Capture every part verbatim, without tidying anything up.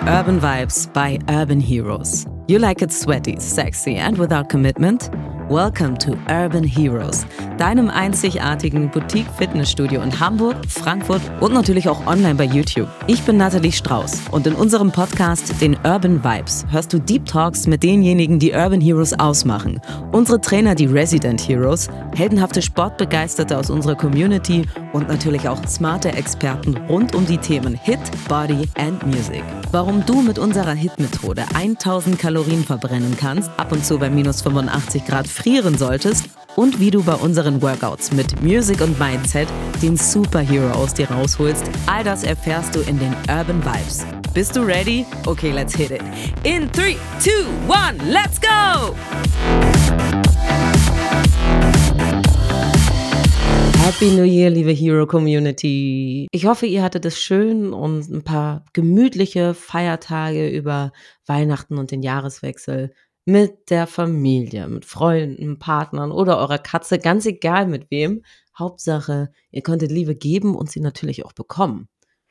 Urban Vibes by Urban Heroes. You like it sweaty, sexy and without commitment? Welcome to Urban Heroes, deinem einzigartigen Boutique-Fitnessstudio in Hamburg, Frankfurt und natürlich auch online bei YouTube. Ich bin Nathalie Strauß und in unserem Podcast, den Urban Vibes, hörst du Deep Talks mit denjenigen, die Urban Heroes ausmachen. Unsere Trainer, die Resident Heroes, heldenhafte Sportbegeisterte aus unserer Community und natürlich auch smarte Experten rund um die Themen Hit, Body and Music. Warum du mit unserer Hit-Methode tausend Kalorien verbrennen kannst, ab und zu bei minus fünfundachtzig Grad frieren solltest und wie du bei unseren Workouts mit Music und Mindset den Superhero aus dir rausholst, all das erfährst du in den Urban Vibes. Bist du ready? Okay, let's hit it. In three, two, one, let's go! Happy New Year, liebe Hero Community. Ich hoffe, ihr hattet es schön und ein paar gemütliche Feiertage über Weihnachten und den Jahreswechsel mit der Familie, mit Freunden, Partnern oder eurer Katze, ganz egal mit wem. Hauptsache, ihr konntet Liebe geben und sie natürlich auch bekommen.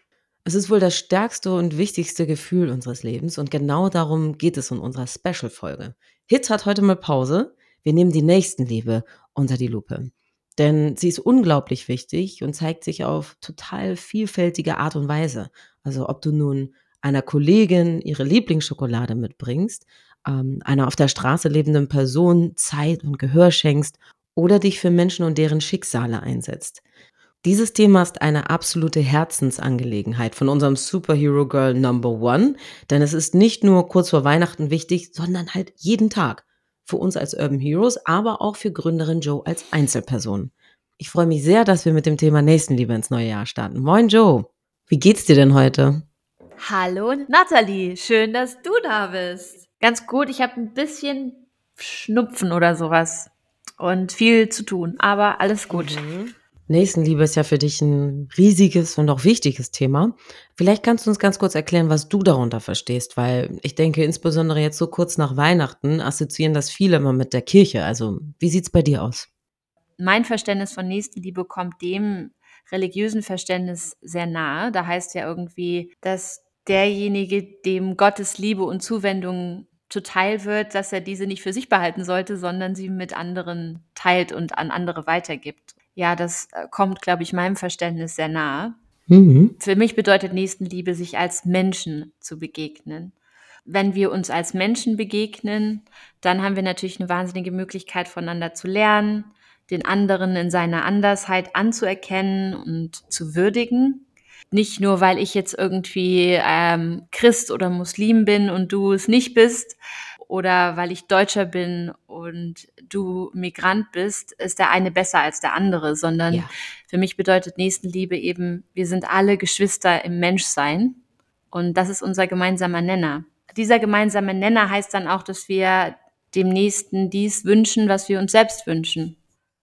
Es ist wohl das stärkste und wichtigste Gefühl unseres Lebens und genau darum geht es in unserer Special-Folge. Hit hat heute mal Pause. Wir nehmen die Nächstenliebe unter die Lupe. Denn sie ist unglaublich wichtig und zeigt sich auf total vielfältige Art und Weise. Also ob du nun einer Kollegin ihre Lieblingsschokolade mitbringst, ähm, einer auf der Straße lebenden Person Zeit und Gehör schenkst oder dich für Menschen und deren Schicksale einsetzt. Dieses Thema ist eine absolute Herzensangelegenheit von unserem Superhero Girl Number One, denn es ist nicht nur kurz vor Weihnachten wichtig, sondern halt jeden Tag. Für uns als Urban Heroes, aber auch für Gründerin Jo als Einzelperson. Ich freue mich sehr, dass wir mit dem Thema Nächstenliebe ins neue Jahr starten. Moin Jo, wie geht's dir denn heute? Hallo Nathalie, schön, dass du da bist. Ganz gut, ich habe ein bisschen Schnupfen oder sowas und viel zu tun, aber alles gut. Mhm. Nächstenliebe ist ja für dich ein riesiges und auch wichtiges Thema. Vielleicht kannst du uns ganz kurz erklären, was du darunter verstehst, weil ich denke, insbesondere jetzt so kurz nach Weihnachten assoziieren das viele immer mit der Kirche. Also, wie sieht's bei dir aus? Mein Verständnis von Nächstenliebe kommt dem religiösen Verständnis sehr nahe. Da heißt ja irgendwie, dass derjenige, dem Gottes Liebe und Zuwendung zuteil wird, dass er diese nicht für sich behalten sollte, sondern sie mit anderen teilt und an andere weitergibt. Ja, das äh, kommt, glaube ich, meinem Verständnis sehr nahe. Mhm. Für mich bedeutet Nächstenliebe, sich als Menschen zu begegnen. Wenn wir uns als Menschen begegnen, dann haben wir natürlich eine wahnsinnige Möglichkeit, voneinander zu lernen, den anderen in seiner Andersheit anzuerkennen und zu würdigen. Nicht nur, weil ich jetzt irgendwie ähm, Christ oder Muslim bin und du es nicht bist, oder weil ich Deutscher bin und du Migrant bist, ist der eine besser als der andere, sondern Ja. für mich bedeutet Nächstenliebe eben, wir sind alle Geschwister im Menschsein und das ist unser gemeinsamer Nenner. Dieser gemeinsame Nenner heißt dann auch, dass wir dem Nächsten dies wünschen, was wir uns selbst wünschen.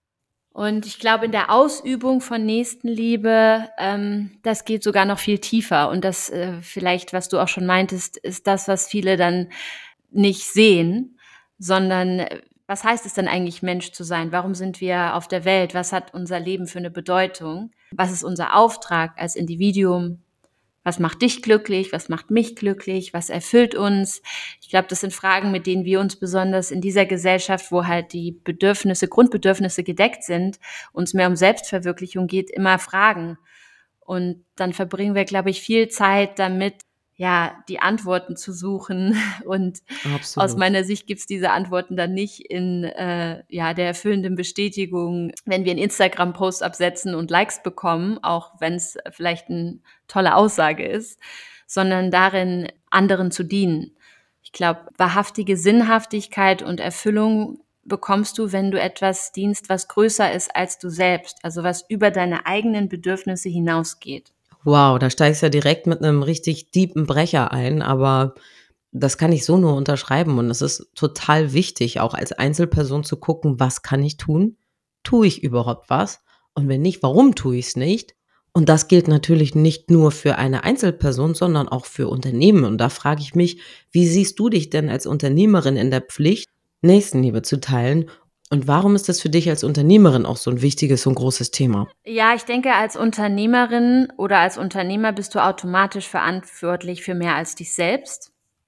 Und ich glaube, in der Ausübung von Nächstenliebe, ähm, das geht sogar noch viel tiefer. Und das äh, vielleicht, was du auch schon meintest, ist das, was viele dann nicht sehen, sondern äh, was heißt es denn eigentlich, Mensch zu sein? Warum sind wir auf der Welt? Was hat unser Leben für eine Bedeutung? Was ist unser Auftrag als Individuum? Was macht dich glücklich? Was macht mich glücklich? Was erfüllt uns? Ich glaube, das sind Fragen, mit denen wir uns besonders in dieser Gesellschaft, wo halt die Bedürfnisse, Grundbedürfnisse gedeckt sind, uns mehr um Selbstverwirklichung geht, immer fragen. Und dann verbringen wir, glaube ich, viel Zeit damit, ja, die Antworten zu suchen. Und Absolut. aus meiner Sicht gibt's diese Antworten dann nicht in äh, ja, der erfüllenden Bestätigung, wenn wir einen Instagram-Post absetzen und Likes bekommen, auch wenn es vielleicht eine tolle Aussage ist, sondern darin, anderen zu dienen. Ich glaube, wahrhaftige Sinnhaftigkeit und Erfüllung bekommst du, wenn du etwas dienst, was größer ist als du selbst, also was über deine eigenen Bedürfnisse hinausgeht. Wow, da steigst du ja direkt mit einem richtig deepen Brecher ein, aber das kann ich so nur unterschreiben und es ist total wichtig, auch als Einzelperson zu gucken, was kann ich tun? Tue ich überhaupt was? Und wenn nicht, warum tue ich es nicht? Und das gilt natürlich nicht nur für eine Einzelperson, sondern auch für Unternehmen. Und da frage ich mich, wie siehst du dich denn als Unternehmerin in der Pflicht, Nächstenliebe zu teilen Und warum ist das für dich als Unternehmerin auch so ein wichtiges und großes Thema? Ja, ich denke, als Unternehmerin oder als Unternehmer bist du automatisch verantwortlich für mehr als dich selbst.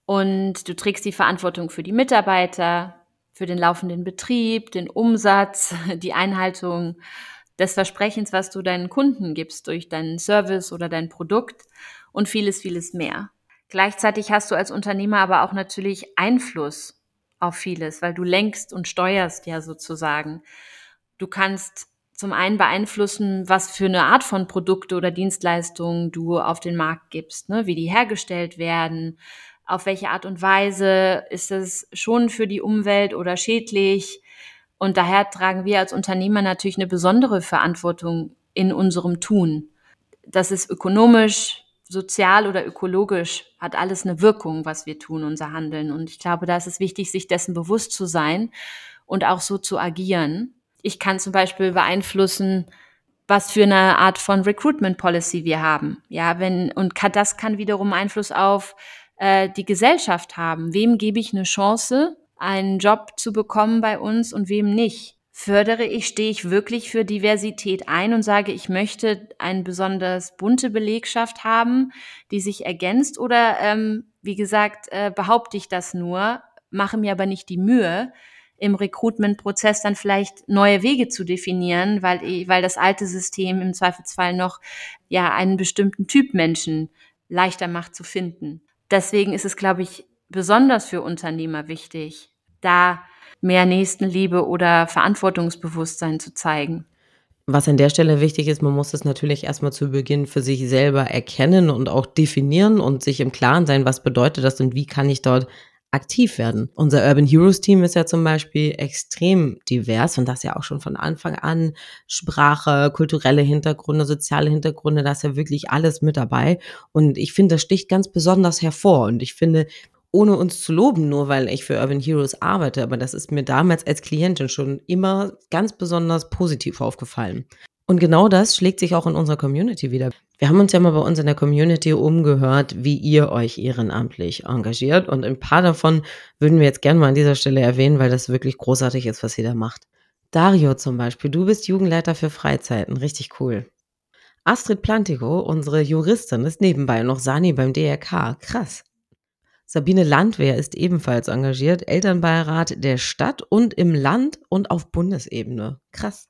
Und du trägst die Verantwortung für die Mitarbeiter, für den laufenden Betrieb, den Umsatz, die Einhaltung des Versprechens, was du deinen Kunden gibst durch deinen Service oder dein Produkt und vieles, vieles mehr. Gleichzeitig hast du als Unternehmer aber auch natürlich Einfluss auf vieles, weil du lenkst und steuerst ja sozusagen. Du kannst zum einen beeinflussen, was für eine Art von Produkte oder Dienstleistungen du auf den Markt gibst, ne? Wie die hergestellt werden, auf welche Art und Weise ist es schon für die Umwelt oder schädlich. Und daher tragen wir als Unternehmer natürlich eine besondere Verantwortung in unserem Tun. Das ist ökonomisch, sozial oder ökologisch, hat alles eine Wirkung, was wir tun, unser Handeln. Und ich glaube, da ist es wichtig, sich dessen bewusst zu sein und auch so zu agieren. Ich kann zum Beispiel beeinflussen, was für eine Art von Recruitment Policy wir haben. Ja, wenn, und kann, das kann wiederum Einfluss auf äh, die Gesellschaft haben. Wem gebe ich eine Chance, einen Job zu bekommen bei uns und wem nicht? Fördere ich, stehe ich wirklich für Diversität ein und sage, ich möchte eine besonders bunte Belegschaft haben, die sich ergänzt? Oder, ähm, wie gesagt, äh, behaupte ich das nur, mache mir aber nicht die Mühe, im Recruitment-Prozess dann vielleicht neue Wege zu definieren, weil, weil das alte System im Zweifelsfall noch ja einen bestimmten Typ Menschen leichter macht zu finden. Deswegen ist es, glaube ich, besonders für Unternehmer wichtig, da mehr Nächstenliebe oder Verantwortungsbewusstsein zu zeigen. Was an der Stelle wichtig ist, man muss es natürlich erst mal zu Beginn für sich selber erkennen und auch definieren und sich im Klaren sein, was bedeutet das und wie kann ich dort aktiv werden. Unser Urban Heroes Team ist ja zum Beispiel extrem divers und das ja auch schon von Anfang an. Sprache, kulturelle Hintergründe, soziale Hintergründe, da ist ja wirklich alles mit dabei. Und ich finde, das sticht ganz besonders hervor. Und ich finde, ohne uns zu loben, nur weil ich für Urban Heroes arbeite, aber das ist mir damals als Klientin schon immer ganz besonders positiv aufgefallen. Und genau das schlägt sich auch in unserer Community wieder. Wir haben uns ja mal bei uns in der Community umgehört, wie ihr euch ehrenamtlich engagiert. Und ein paar davon würden wir jetzt gerne mal an dieser Stelle erwähnen, weil das wirklich großartig ist, was ihr da macht. Dario zum Beispiel, du bist Jugendleiter für Freizeiten, richtig cool. Astrid Plantigo, unsere Juristin, ist nebenbei noch Sani beim D R K, krass. Sabine Landwehr ist ebenfalls engagiert, Elternbeirat der Stadt und im Land und auf Bundesebene. Krass.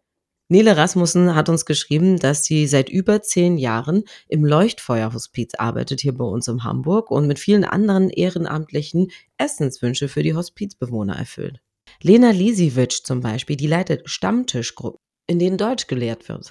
Nele Rasmussen hat uns geschrieben, dass sie seit über zehn Jahren im Leuchtfeuerhospiz arbeitet, hier bei uns in Hamburg und mit vielen anderen Ehrenamtlichen Essenswünsche für die Hospizbewohner erfüllt. Lena Lisiewicz zum Beispiel, die leitet Stammtischgruppen, in denen Deutsch gelehrt wird.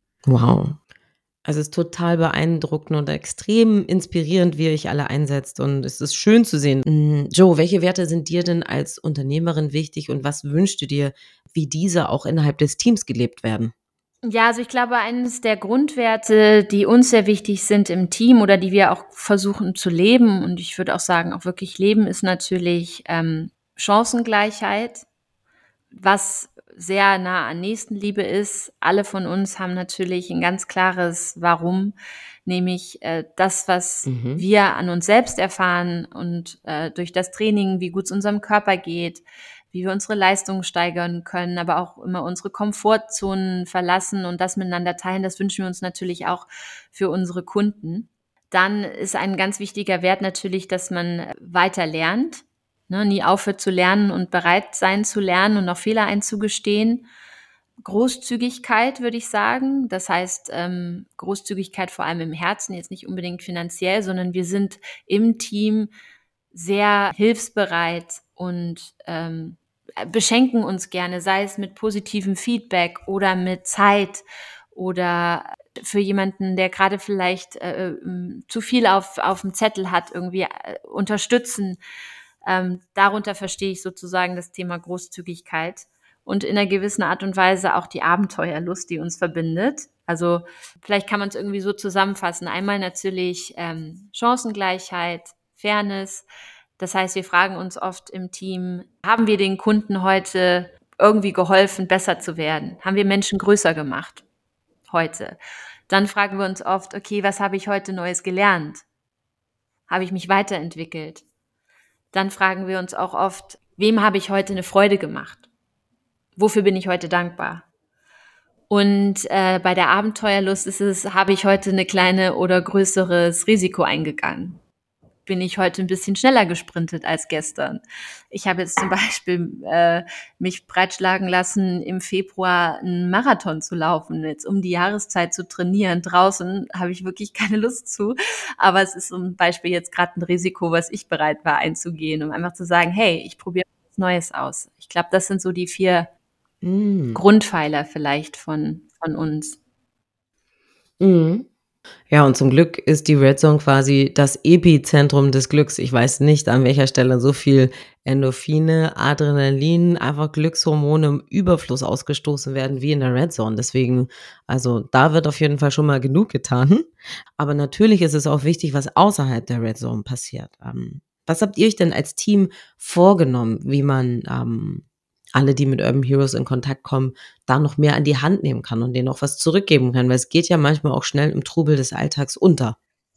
Wow. Also, es ist total beeindruckend und extrem inspirierend, wie ihr euch alle einsetzt und es ist schön zu sehen. Hm, Jo, welche Werte sind dir denn als Unternehmerin wichtig und was wünschst du dir, wie diese auch innerhalb des Teams gelebt werden? Ja, also ich glaube, eines der Grundwerte, die uns sehr wichtig sind im Team oder die wir auch versuchen zu leben und ich würde auch sagen, auch wirklich leben, ist natürlich ähm, Chancengleichheit, was sehr nah an Nächstenliebe ist. Alle von uns haben natürlich ein ganz klares Warum, nämlich äh, das, was Mhm. wir an uns selbst erfahren und äh, durch das Training, wie gut es unserem Körper geht, wie wir unsere Leistung steigern können, aber auch immer unsere Komfortzonen verlassen und das miteinander teilen. Das wünschen wir uns natürlich auch für unsere Kunden. Dann ist ein ganz wichtiger Wert natürlich, dass man weiter lernt, ne, nie aufhört zu lernen und bereit sein zu lernen und auch Fehler einzugestehen. Großzügigkeit, würde ich sagen. Das heißt, ähm, Großzügigkeit vor allem im Herzen, jetzt nicht unbedingt finanziell, sondern wir sind im Team sehr hilfsbereit und ähm, beschenken uns gerne, sei es mit positivem Feedback oder mit Zeit oder für jemanden, der gerade vielleicht äh, ähm, zu viel auf, auf dem Zettel hat, irgendwie äh, unterstützen. Ähm, darunter verstehe ich sozusagen das Thema Großzügigkeit und in einer gewissen Art und Weise auch die Abenteuerlust, die uns verbindet. Also vielleicht kann man es irgendwie so zusammenfassen. Einmal natürlich ähm, Chancengleichheit, Fairness. Das heißt, wir fragen uns oft im Team, haben wir den Kunden heute irgendwie geholfen, besser zu werden? Haben wir Menschen größer gemacht heute? Dann fragen wir uns oft, okay, was habe ich heute Neues gelernt? Habe ich mich weiterentwickelt? Dann fragen wir uns auch oft, wem habe ich heute eine Freude gemacht? wofür bin ich heute dankbar? Und, äh, bei der Abenteuerlust ist es, habe ich heute 'ne kleine oder größeres Risiko eingegangen? Bin ich heute 'n bisschen schneller gesprintet als gestern? Ich habe jetzt zum Beispiel, äh, mich breitschlagen lassen, im Februar 'n Marathon zu laufen. Jetzt um die Jahreszeit zu trainieren draußen, habe ich wirklich keine Lust zu. Aber es ist zum Beispiel jetzt grad 'n Risiko, was ich bereit war einzugehen, um einfach zu sagen: „Hey, ich probiere was Neues aus.“ Ich glaube, das sind so die vier Hm. Grundpfeiler vielleicht von von uns. Mhm. Ja, und zum Glück ist die Red Zone quasi das Epizentrum des Glücks. Ich weiß nicht, an welcher Stelle so viel Endorphine, Adrenalin, einfach Glückshormone im Überfluss ausgestoßen werden wie in der Red Zone. Deswegen also, da wird auf jeden Fall schon mal genug getan. Aber natürlich ist es auch wichtig, was außerhalb der Red Zone passiert. Ähm, was habt ihr euch denn als Team vorgenommen, wie man, ähm, alle, die mit Urban Heroes in Kontakt kommen, da noch mehr an die Hand nehmen kann und denen auch was zurückgeben kann? Weil es geht ja manchmal auch schnell im Trubel des Alltags unter.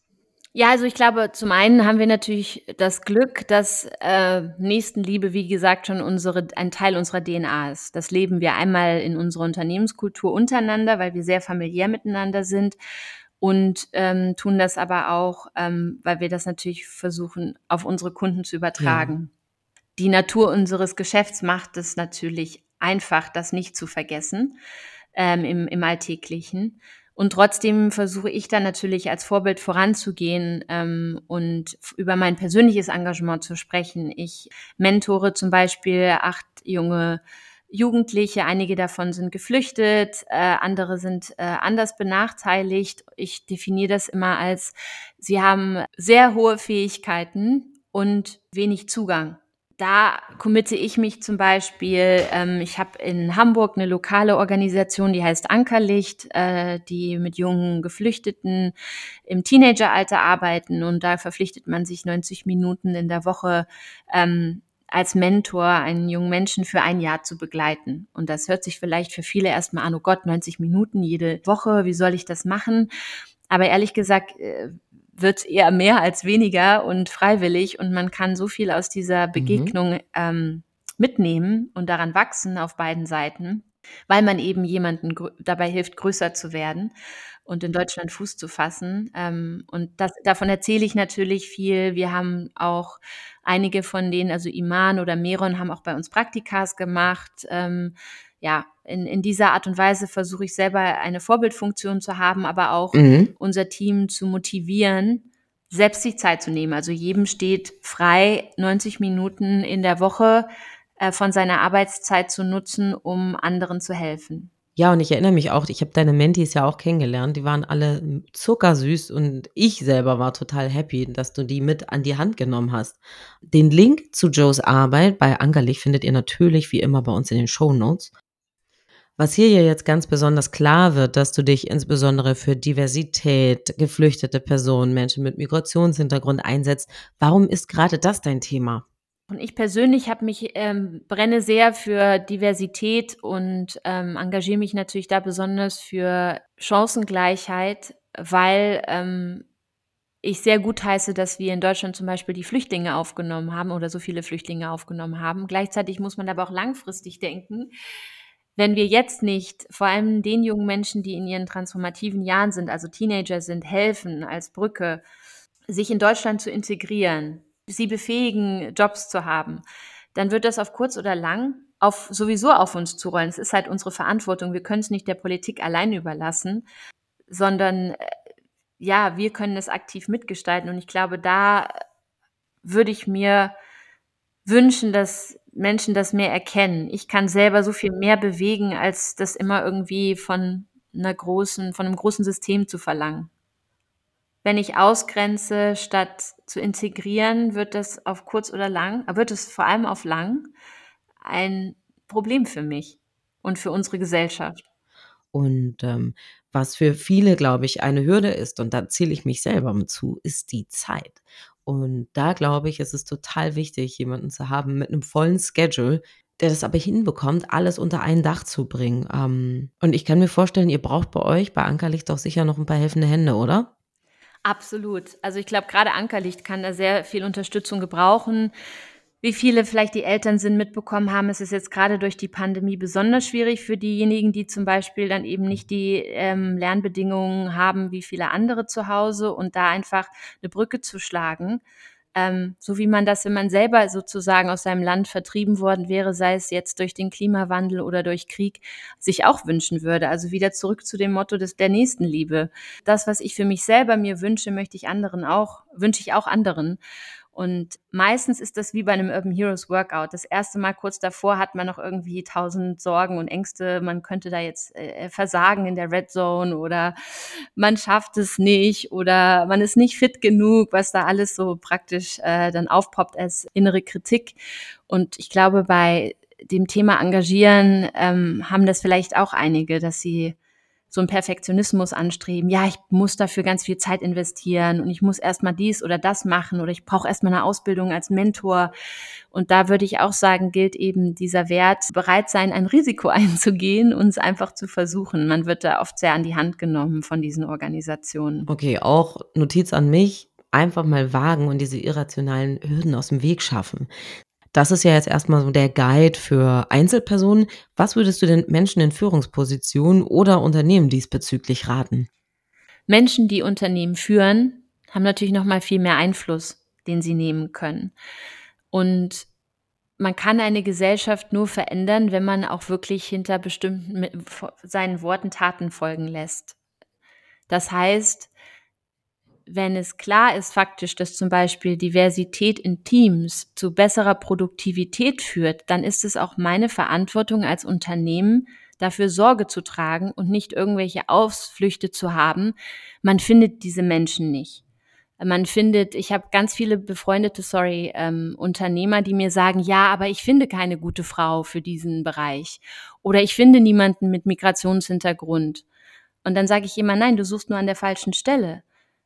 Ja, also ich glaube, zum einen haben wir natürlich das Glück, dass, äh, Nächstenliebe, wie gesagt, schon unsere ein Teil unserer D N A ist. Das leben wir einmal in unserer Unternehmenskultur untereinander, weil wir sehr familiär miteinander sind und, ähm, tun das aber auch, ähm, weil wir das natürlich versuchen, auf unsere Kunden zu Ja. übertragen. Die Natur unseres Geschäfts macht es natürlich einfach, das nicht zu vergessen, ähm, im im Alltäglichen. Und trotzdem versuche ich dann natürlich als Vorbild voranzugehen, ähm, und f über mein persönliches Engagement zu sprechen. Ich mentore zum Beispiel acht junge Jugendliche. Einige davon sind geflüchtet, äh, andere sind, äh, anders benachteiligt. Ich definiere das immer als: Sie haben sehr hohe Fähigkeiten und wenig Zugang. Da committe ich mich zum Beispiel ähm, ich habe in Hamburg 'ne lokale Organisation, die heißt Ankerlicht, äh, die mit jungen Geflüchteten im Teenageralter arbeiten und da verpflichtet man sich neunzig Minuten in der Woche, ähm, als Mentor einen jungen Menschen für ein Jahr zu begleiten. Und das hört sich vielleicht für viele erst mal an: „Oh Gott, neunzig Minuten jede Woche, wie soll ich das machen?“ Aber ehrlich gesagt, äh, wird's eher mehr als weniger und freiwillig und man kann so viel aus dieser Mhm. Begegnung, ähm, mitnehmen und daran wachsen auf beiden Seiten, weil man eben jemanden grö dabei hilft, größer zu werden und in Deutschland Fuß zu fassen. Ähm, und das davon erzähle ich natürlich viel. Wir haben auch einige von denen, also Iman oder Meron, haben auch bei uns Praktikas gemacht. Ähm, ja, in in dieser Art und Weise versuche ich selber eine Vorbildfunktion zu haben, aber auch Mhm. unser Team zu motivieren, selbst sich Zeit zu nehmen. Also jedem steht frei, neunzig Minuten in der Woche, äh, von seiner Arbeitszeit zu nutzen, um anderen zu helfen. Ja, und ich erinnere mich auch, ich habe deine Mentees ja auch kennengelernt. Die waren alle, hm, zuckersüß und ich selber war total happy, dass du die mit an die Hand genommen hast. Den Link zu Joes Arbeit bei Ankerlicht findet ihr natürlich wie immer bei uns in den Shownotes. Was hier ja jetzt ganz besonders klar wird, dass du dich insbesondere für Diversität, geflüchtete Personen, Menschen mit Migrationshintergrund einsetzt. Warum ist grade das dein Thema? Und ich persönlich habe mich ähm, brenne sehr für Diversität und, ähm, engagiere mich natürlich da besonders für Chancengleichheit, weil, ähm, ich sehr gutheiße, dass wir in Deutschland zum Beispiel die Flüchtlinge aufgenommen haben oder so viele Flüchtlinge aufgenommen haben. Gleichzeitig muss man aber auch langfristig denken. Wenn wir jetzt nicht vor allem den jungen Menschen, die in ihren transformativen Jahren sind, also Teenager sind, helfen als Brücke, sich in Deutschland zu integrieren, sie befähigen, Jobs zu haben, dann wird das auf kurz oder lang auf sowieso auf uns zurollen. Es ist halt unsere Verantwortung. Wir können's nicht der Politik allein überlassen, sondern, äh, ja, wir können es aktiv mitgestalten. Und ich glaube, da würde ich mir wünschen, dass Menschen das mehr erkennen. Ich kann selber so viel mehr bewegen, als das immer irgendwie von 'ner großen von 'nem großen System zu verlangen. Wenn ich ausgrenze, statt zu integrieren, wird das auf kurz oder lang wird es vor allem auf lang ein Problem für mich und für unsere Gesellschaft. Und, ähm, was für viele, glaube ich, eine Hürde ist, und da zähle ich mich selber mit zu, ist die Zeit. Und da glaube ich, ist es total wichtig, jemanden zu haben mit 'nem vollen Schedule, der das aber hinbekommt, alles unter ein Dach zu bringen. Ähm, und ich kann mir vorstellen, ihr braucht bei euch bei Ankerlicht doch sicher noch 'n paar helfende Hände, oder? Absolut. Also, ich glaube, grade Ankerlicht kann da sehr viel Unterstützung gebrauchen. Wie viele vielleicht die Eltern sind mitbekommen haben, es ist jetzt gerade durch die Pandemie besonders schwierig für diejenigen, die zum Beispiel dann eben nicht die ähm, Lernbedingungen haben wie viele andere zu Hause und da einfach eine Brücke zu schlagen. Ähm, so wie man das, wenn man selber sozusagen aus seinem Land vertrieben worden wäre, sei es jetzt durch den Klimawandel oder durch Krieg, sich auch wünschen würde. Also wieder zurück zu dem Motto des, der Nächstenliebe. Das, was ich für mich selber mir wünsche, möchte ich anderen auch, wünsche ich auch anderen. Und meistens ist das wie bei einem Urban Heroes Workout. Das erste Mal kurz davor hat man noch irgendwie tausend Sorgen und Ängste. Man könnte da jetzt äh, versagen in der Red Zone oder man schafft es nicht oder man ist nicht fit genug, was da alles so praktisch äh, dann aufpoppt als innere Kritik. Und ich glaube, bei dem Thema Engagieren ähm, haben das vielleicht auch einige, dass sie so einen Perfektionismus anstreben. Ja, ich muss dafür ganz viel Zeit investieren und ich muss erst mal dies oder das machen oder ich brauche erst mal eine Ausbildung als Mentor. Und da würde ich auch sagen, gilt eben dieser Wert, bereit sein, ein Risiko einzugehen und es einfach zu versuchen. Man wird da oft sehr an die Hand genommen von diesen Organisationen. Okay, auch Notiz an mich, einfach mal wagen und diese irrationalen Hürden aus dem Weg schaffen. Das ist ja jetzt erstmal so der Guide für Einzelpersonen. Was würdest du denn Menschen in Führungspositionen oder Unternehmen diesbezüglich raten? Menschen, die Unternehmen führen, haben natürlich noch mal viel mehr Einfluss, den sie nehmen können. Und man kann eine Gesellschaft nur verändern, wenn man auch wirklich hinter bestimmten mit seinen Worten Taten folgen lässt. Das heißt, wenn es klar ist faktisch, dass zum Beispiel Diversität in Teams zu besserer Produktivität führt, dann ist es auch meine Verantwortung als Unternehmen, dafür Sorge zu tragen und nicht irgendwelche Ausflüchte zu haben. Man findet diese Menschen nicht. Man findet, ich habe ganz viele befreundete, sorry, ähm, Unternehmer, die mir sagen, ja, aber ich finde keine gute Frau für diesen Bereich. Oder ich finde niemanden mit Migrationshintergrund. Und dann sage ich immer, nein, du suchst nur an der falschen Stelle.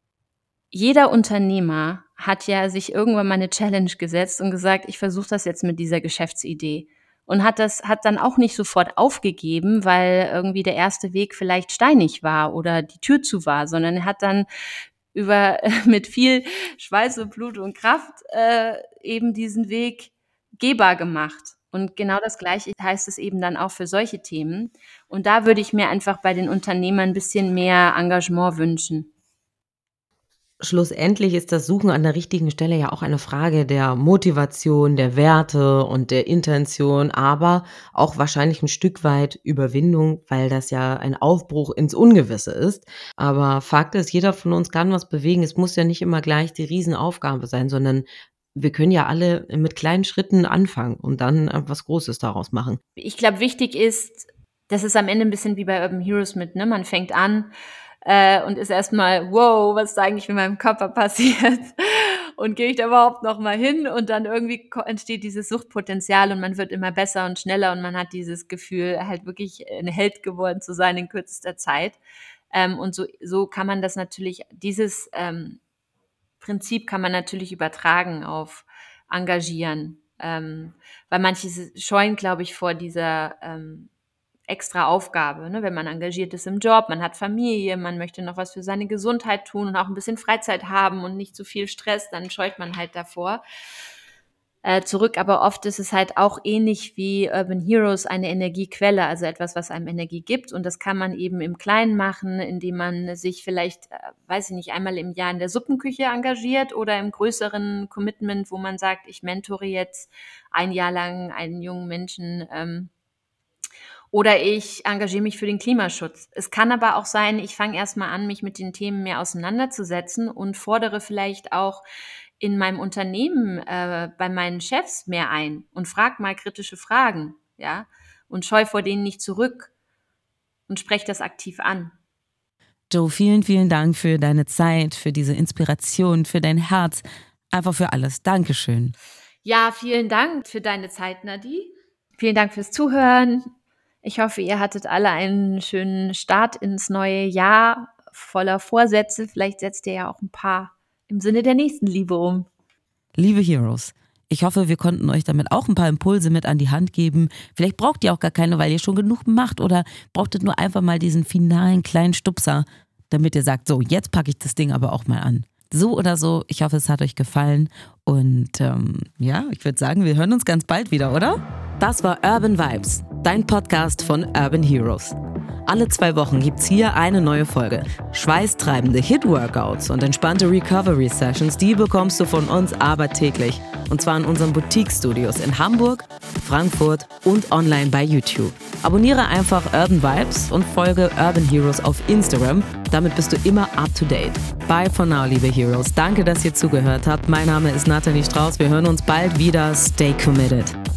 Jeder Unternehmer hat ja sich irgendwann mal eine Challenge gesetzt und gesagt, ich versuche das jetzt mit dieser Geschäftsidee. Und hat das, hat dann auch nicht sofort aufgegeben, weil irgendwie der erste Weg vielleicht steinig war oder die Tür zu war, sondern er hat dann über mit viel Schweiß und Blut und Kraft äh, eben diesen Weg gehbar gemacht. Und genau das Gleiche heißt es eben dann auch für solche Themen. Und da würde ich mir einfach bei den Unternehmern ein bisschen mehr Engagement wünschen. Schlussendlich ist das Suchen an der richtigen Stelle ja auch eine Frage der Motivation, der Werte und der Intention, aber auch wahrscheinlich ein Stück weit Überwindung, weil das ja ein Aufbruch ins Ungewisse ist. Aber Fakt ist, jeder von uns kann was bewegen. Es muss ja nicht immer gleich die Riesenaufgabe sein, sondern wir können ja alle mit kleinen Schritten anfangen und dann äh, was Großes daraus machen. Ich glaube, wichtig ist, das ist am Ende ein bisschen wie bei Urban Heroes mit, ne? Man fängt an äh, und ist erstmal, wow, was ist da eigentlich mit meinem Körper passiert? Und gehe ich da überhaupt noch mal hin? Und dann irgendwie ko- entsteht dieses Suchtpotenzial und man wird immer besser und schneller und man hat dieses Gefühl, halt wirklich ein Held geworden zu sein in kürzester Zeit. Ähm, und so, so kann man das natürlich, dieses ähm, Prinzip kann man natürlich übertragen auf Engagieren. Ähm, weil manche scheuen, glaube ich, vor dieser ähm, extra Aufgabe, ne? Wenn man engagiert ist im Job, man hat Familie, man möchte noch was für seine Gesundheit tun und auch ein bisschen Freizeit haben und nicht zu viel Stress, dann scheut man halt davor äh, zurück. Aber oft ist es halt auch ähnlich wie Urban Heroes eine Energiequelle, also etwas, was einem Energie gibt. Und das kann man eben im Kleinen machen, indem man sich vielleicht, äh, weiß ich nicht, einmal im Jahr in der Suppenküche engagiert oder im größeren Commitment, wo man sagt, ich mentore jetzt ein Jahr lang einen jungen Menschen, ähm, oder ich engagiere mich für den Klimaschutz. Es kann aber auch sein, ich fange erst mal an, mich mit den Themen mehr auseinanderzusetzen und fordere vielleicht auch in meinem Unternehmen äh, bei meinen Chefs mehr ein und frage mal kritische Fragen, ja, und scheue vor denen nicht zurück und spreche das aktiv an. Joe, vielen, vielen Dank für deine Zeit, für diese Inspiration, für dein Herz, einfach für alles. Dankeschön. Ja, vielen Dank für deine Zeit, Nadi. Vielen Dank fürs Zuhören. Ich hoffe, ihr hattet alle einen schönen Start ins neue Jahr voller Vorsätze. Vielleicht setzt ihr ja auch ein paar im Sinne der Nächstenliebe um. Liebe Heroes, ich hoffe, wir konnten euch damit auch ein paar Impulse mit an die Hand geben. Vielleicht braucht ihr auch gar keine, weil ihr schon genug macht oder brauchtet nur einfach mal diesen finalen kleinen Stupser, damit ihr sagt, so, jetzt packe ich das Ding aber auch mal an. So oder so, ich hoffe, es hat euch gefallen. Und ähm, ja, ich würde sagen, wir hören uns ganz bald wieder, oder? Das war Urban Vibes, dein Podcast von Urban Heroes. Alle zwei Wochen gibt's hier eine neue Folge. Schweißtreibende Hit-Workouts und entspannte Recovery-Sessions, die bekommst du von uns aber täglich. Und zwar in unseren Boutique-Studios in Hamburg, Frankfurt und online bei YouTube. Abonniere einfach Urban Vibes und folge Urban Heroes auf Instagram. Damit bist du immer up to date. Bye for now, liebe Heroes. Danke, dass ihr zugehört habt. Mein Name ist Nathalie Strauß. Wir hören uns bald wieder. Stay committed.